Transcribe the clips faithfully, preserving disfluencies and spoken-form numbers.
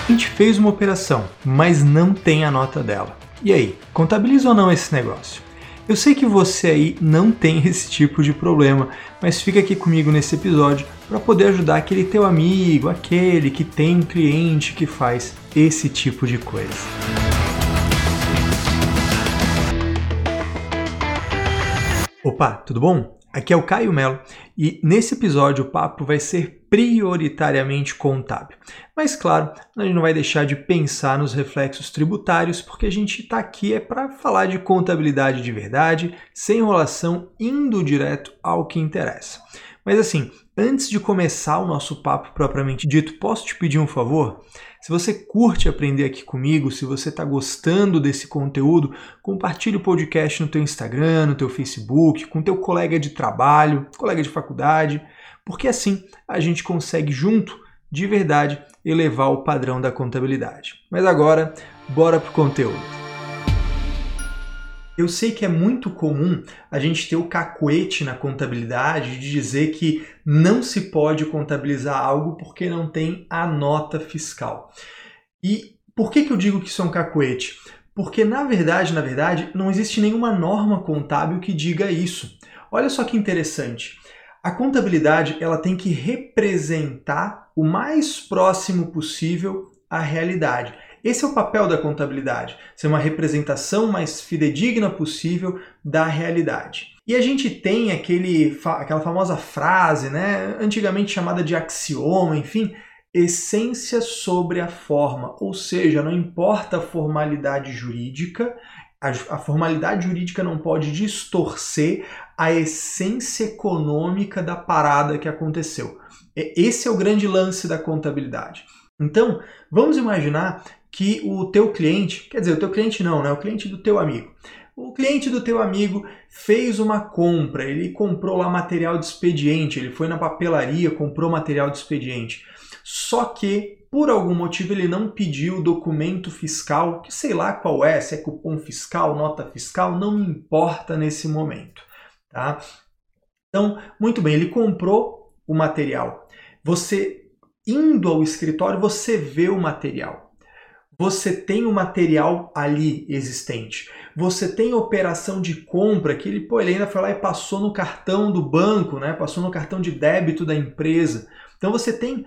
A gente fez uma operação, mas não tem a nota dela. E aí, contabiliza ou não esse negócio? Eu sei que você aí não tem esse tipo de problema, mas fica aqui comigo nesse episódio para poder ajudar aquele teu amigo, aquele que tem um cliente que faz esse tipo de coisa. Opa, tudo bom? Aqui é o Caio Melo e nesse episódio o papo vai ser prioritariamente contábil. Mas claro, a gente não vai deixar de pensar nos reflexos tributários porque a gente está aqui é para falar de contabilidade de verdade, sem enrolação, indo direto ao que interessa. Mas assim, antes de começar o nosso papo propriamente dito, posso te pedir um favor? Se você curte aprender aqui comigo, se você está gostando desse conteúdo, compartilhe o podcast no teu Instagram, no teu Facebook, com teu colega de trabalho, colega de faculdade, porque assim a gente consegue junto, de verdade, elevar o padrão da contabilidade. Mas agora, bora pro conteúdo. Eu sei que é muito comum a gente ter o cacuete na contabilidade de dizer que não se pode contabilizar algo porque não tem a nota fiscal. E por que que eu digo que isso é um cacuete? Porque na verdade, na verdade, não existe nenhuma norma contábil que diga isso. Olha só que interessante. A contabilidade ela tem que representar o mais próximo possível à realidade. Esse é o papel da contabilidade, ser uma representação mais fidedigna possível da realidade. E a gente tem aquele, aquela famosa frase, né, antigamente chamada de axioma, enfim, essência sobre a forma, ou seja, não importa a formalidade jurídica, a, a formalidade jurídica não pode distorcer a essência econômica da parada que aconteceu. Esse é o grande lance da contabilidade. Então, vamos imaginar que o teu cliente, quer dizer, o teu cliente não, né? O cliente do teu amigo. O cliente do teu amigo fez uma compra, ele comprou lá material de expediente, ele foi na papelaria, comprou material de expediente. Só que, por algum motivo, ele não pediu o documento fiscal, que sei lá qual é, se é cupom fiscal, nota fiscal, não me importa nesse momento, tá? Então, muito bem, ele comprou o material. Você, indo ao escritório, você vê o material. Você tem o material ali existente. Você tem a operação de compra que ele, pô, ele ainda foi lá e passou no cartão do banco, né? Passou no cartão de débito da empresa. Então você tem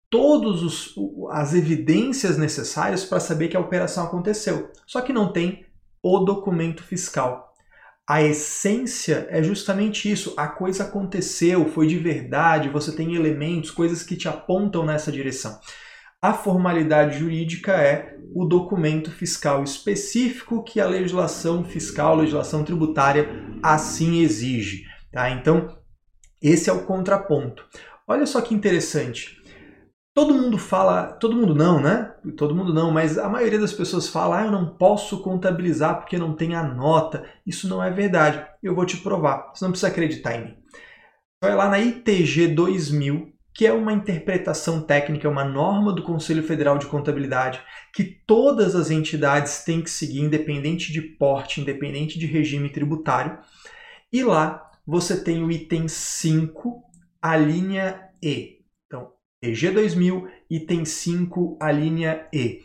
todas as evidências necessárias para saber que a operação aconteceu. Só que não tem o documento fiscal. A essência é justamente isso. A coisa aconteceu, foi de verdade, você tem elementos, coisas que te apontam nessa direção. A formalidade jurídica é o documento fiscal específico que a legislação fiscal, a legislação tributária assim exige. Tá? Então, esse é o contraponto. Olha só que interessante. Todo mundo fala, todo mundo não, né? Todo mundo não, mas a maioria das pessoas fala, ah, eu não posso contabilizar porque não tem a nota. Isso não é verdade. Eu vou te provar. Você não precisa acreditar em mim. Vai lá na I T G dois mil, que é uma interpretação técnica, uma norma do Conselho Federal de Contabilidade, que todas as entidades têm que seguir, independente de porte, independente de regime tributário. E lá você tem o item cinco, a linha E. Então, I T G dois mil, item cinco, a linha E.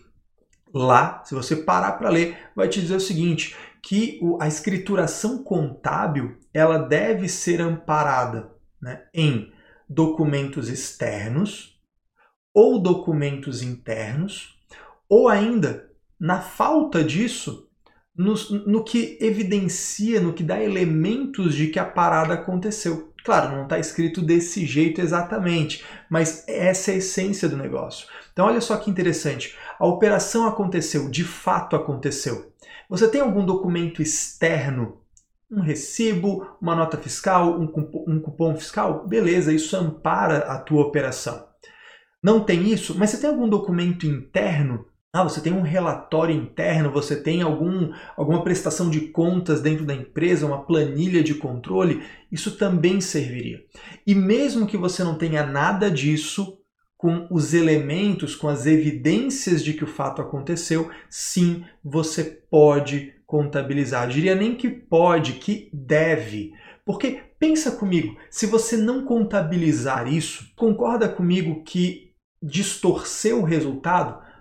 Lá, se você parar para ler, vai te dizer o seguinte, que a escrituração contábil ela deve ser amparada, né, em documentos externos ou documentos internos, ou ainda, na falta disso, no, no que evidencia, no que dá elementos de que a parada aconteceu. Claro, não está escrito desse jeito exatamente, mas essa é a essência do negócio. Então olha só que interessante, a operação aconteceu, de fato aconteceu. Você tem algum documento externo? Um recibo, uma nota fiscal, um cupom, um cupom fiscal? Beleza, isso ampara a tua operação. Não tem isso? Mas você tem algum documento interno? Ah, você tem um relatório interno, você tem algum, alguma prestação de contas dentro da empresa, uma planilha de controle? Isso também serviria. E mesmo que você não tenha nada disso, com os elementos, com as evidências de que o fato aconteceu, sim, você pode contabilizar. Eu diria nem que pode, que deve. Porque, pensa comigo, se você não contabilizar isso, concorda comigo que distorcer o resultado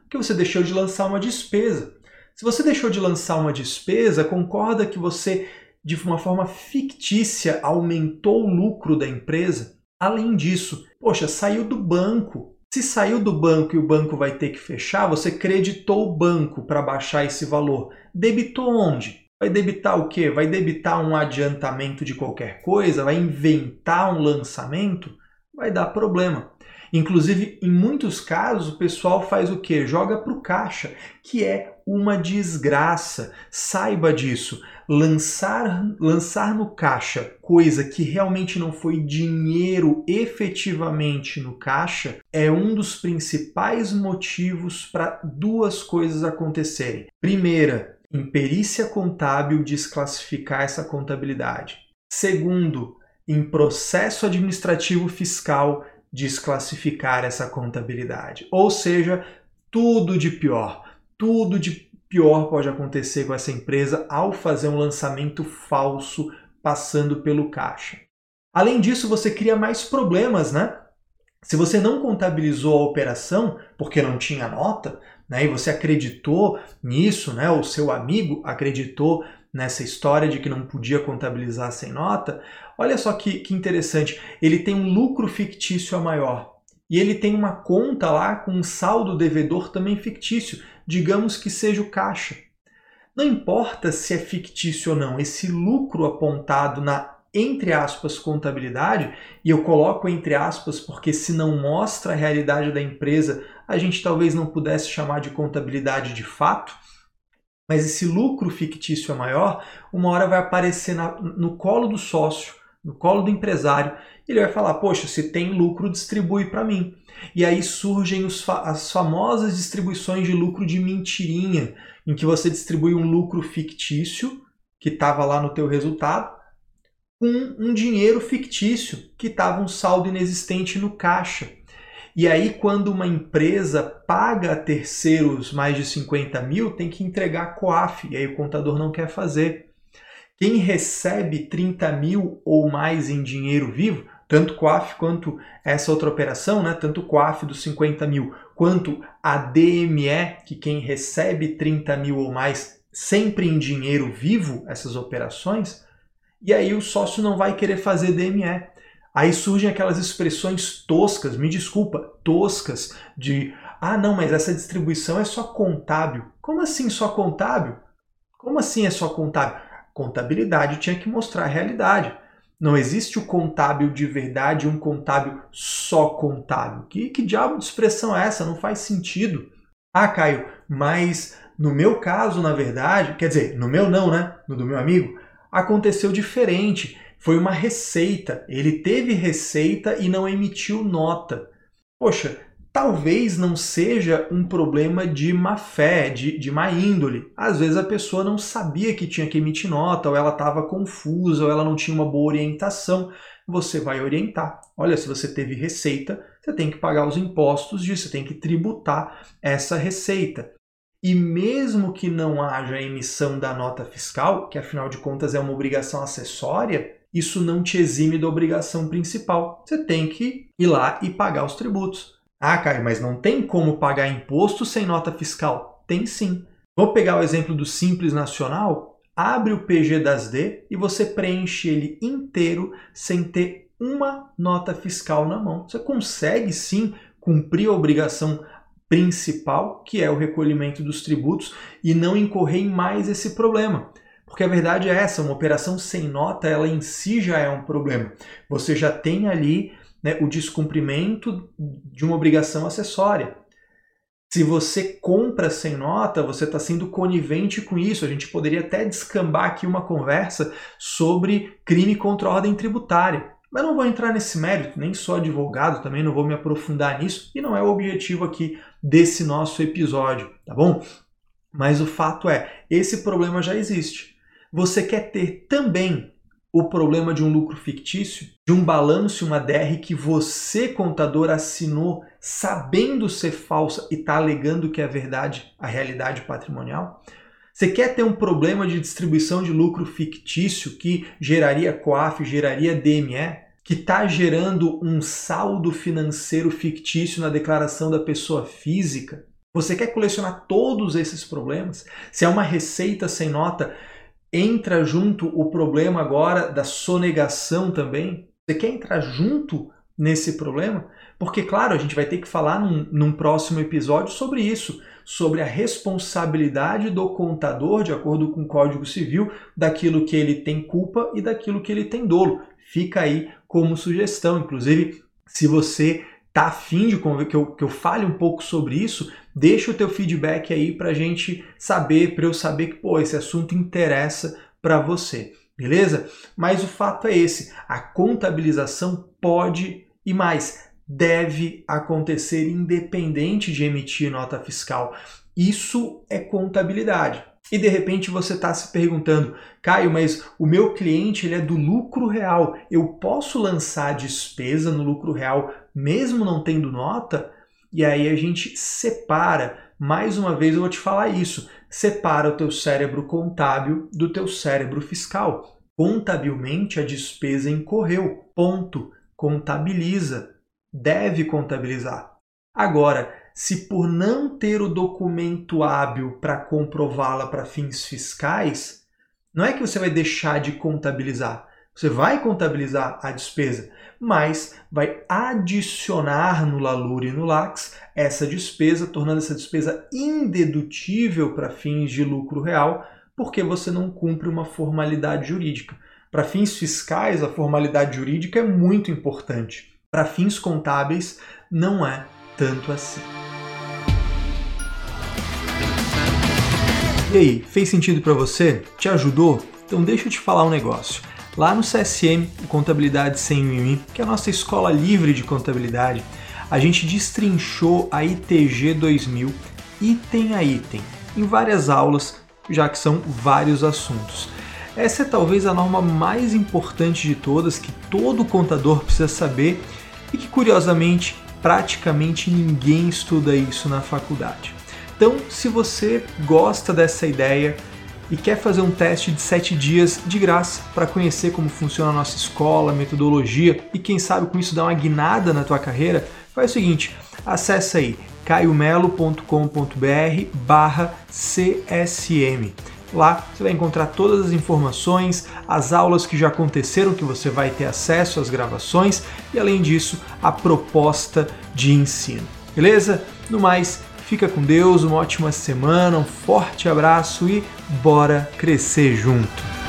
Porque você deixou de lançar uma despesa. Se você deixou de lançar uma despesa, concorda que você, de uma forma fictícia, aumentou o lucro da empresa? Além disso, poxa, saiu do banco. Se saiu do banco e o banco vai ter que fechar, você creditou o banco para baixar esse valor. Debitou onde? Vai debitar o quê? Vai debitar um adiantamento de qualquer coisa? Vai inventar um lançamento? Vai dar problema. Inclusive, em muitos casos, o pessoal faz o quê? Joga para o caixa, que é uma desgraça. Saiba disso. Lançar, lançar no caixa coisa que realmente não foi dinheiro efetivamente no caixa é um dos principais motivos para duas coisas acontecerem. Primeira, imperícia contábil desclassificar essa contabilidade. Segundo, em processo administrativo fiscal desclassificar essa contabilidade. Ou seja, tudo de pior. Tudo de pior pode acontecer com essa empresa ao fazer um lançamento falso passando pelo caixa. Além disso, você cria mais problemas, né? Se você não contabilizou a operação porque não tinha nota, né, e você acreditou nisso, né, o seu amigo acreditou nessa história de que não podia contabilizar sem nota, olha só que, que interessante, ele tem um lucro fictício a maior e ele tem uma conta lá com um saldo devedor também fictício, digamos que seja o caixa. Não importa se é fictício ou não, esse lucro apontado na, entre aspas, contabilidade, e eu coloco entre aspas porque se não mostra a realidade da empresa, a gente talvez não pudesse chamar de contabilidade de fato, mas esse lucro fictício é maior, uma hora vai aparecer na, no colo do sócio, no colo do empresário, e ele vai falar, poxa, se tem lucro, distribui para mim. E aí surgem os fa- as famosas distribuições de lucro de mentirinha, em que você distribui um lucro fictício, que estava lá no teu resultado, com um dinheiro fictício, que estava um saldo inexistente no caixa. E aí, quando uma empresa paga a terceiros mais de cinquenta mil, tem que entregar C O A F, e aí o contador não quer fazer. Quem recebe trinta mil ou mais em dinheiro vivo, tanto C O A F quanto essa outra operação, né, tanto o C O A F dos cinquenta mil, quanto a D M E, que quem recebe trinta mil ou mais, sempre em dinheiro vivo, essas operações, e aí o sócio não vai querer fazer D M E. Aí surgem aquelas expressões toscas, me desculpa, toscas, de ah não, mas essa distribuição é só contábil. Como assim só contábil? Como assim é só contábil? Contabilidade tinha que mostrar a realidade. Não existe o contábil de verdade e um contábil só contábil. Que, que diabo de expressão é essa? Não faz sentido. Ah, Caio, mas no meu caso, na verdade, quer dizer, no meu não, né? No do meu amigo, aconteceu diferente. Foi uma receita. Ele teve receita e não emitiu nota. Poxa, talvez não seja um problema de má fé, de, de má índole. Às vezes a pessoa não sabia que tinha que emitir nota, ou ela estava confusa, ou ela não tinha uma boa orientação. Você vai orientar. Olha, se você teve receita, você tem que pagar os impostos disso, você tem que tributar essa receita. E mesmo que não haja emissão da nota fiscal, que afinal de contas é uma obrigação acessória, isso não te exime da obrigação principal. Você tem que ir lá e pagar os tributos. Ah, Caio, mas não tem como pagar imposto sem nota fiscal? Tem sim. Vou pegar o exemplo do Simples Nacional, abre o P G das D e você preenche ele inteiro sem ter uma nota fiscal na mão. Você consegue sim cumprir a obrigação principal, que é o recolhimento dos tributos, e não incorrer em mais esse problema. Porque a verdade é essa, uma operação sem nota, ela em si já é um problema. Você já tem ali, né, o descumprimento de uma obrigação acessória. Se você compra sem nota, você está sendo conivente com isso. A gente poderia até descambar aqui uma conversa sobre crime contra a ordem tributária. Mas não vou entrar nesse mérito, nem sou advogado, também não vou me aprofundar nisso, e não é o objetivo aqui desse nosso episódio, tá bom? Mas o fato é, esse problema já existe. Você quer ter também o problema de um lucro fictício, de um balanço e uma D R que você, contador, assinou sabendo ser falsa e está alegando que é verdade, a realidade patrimonial? Você quer ter um problema de distribuição de lucro fictício que geraria C O A F, geraria D M E, que está gerando um saldo financeiro fictício na declaração da pessoa física? Você quer colecionar todos esses problemas? Se é uma receita sem nota, entra junto o problema agora da sonegação também? Você quer entrar junto nesse problema? Porque, claro, a gente vai ter que falar num, num próximo episódio sobre isso, sobre a responsabilidade do contador, de acordo com o Código Civil, daquilo que ele tem culpa e daquilo que ele tem dolo. Fica aí como sugestão. Inclusive, se você está afim de que eu, que eu fale um pouco sobre isso, deixa o teu feedback aí para a gente saber, para eu saber que pô, esse assunto interessa para você, beleza? Mas o fato é esse, a contabilização pode e mais, deve acontecer independente de emitir nota fiscal. Isso é contabilidade. E de repente você está se perguntando, Caio, mas o meu cliente ele é do lucro real, eu posso lançar despesa no lucro real mesmo não tendo nota? E aí a gente separa, mais uma vez eu vou te falar isso, separa o teu cérebro contábil do teu cérebro fiscal. Contabilmente a despesa incorreu, ponto, contabiliza, deve contabilizar. Agora, se por não ter o documento hábil para comprová-la para fins fiscais, não é que você vai deixar de contabilizar. Você vai contabilizar a despesa, mas vai adicionar no LALUR e no LACS essa despesa, tornando essa despesa indedutível para fins de lucro real, porque você não cumpre uma formalidade jurídica. Para fins fiscais, a formalidade jurídica é muito importante. Para fins contábeis, não é tanto assim. E aí, fez sentido para você? Te ajudou? Então deixa eu te falar um negócio. Lá no C S M, Contabilidade Sem Mimimi, que é a nossa escola livre de contabilidade, a gente destrinchou a I T G dois mil, item a item, em várias aulas, já que são vários assuntos. Essa é talvez a norma mais importante de todas, que todo contador precisa saber e que, curiosamente, praticamente ninguém estuda isso na faculdade. Então, se você gosta dessa ideia e quer fazer um teste de sete dias de graça para conhecer como funciona a nossa escola, metodologia e quem sabe com isso dar uma guinada na tua carreira, faz o seguinte, acessa aí caiomelo ponto com ponto br barra C S M. Lá você vai encontrar todas as informações, as aulas que já aconteceram, que você vai ter acesso às gravações e, além disso, a proposta de ensino. Beleza? No mais, fica com Deus, uma ótima semana, um forte abraço e bora crescer junto!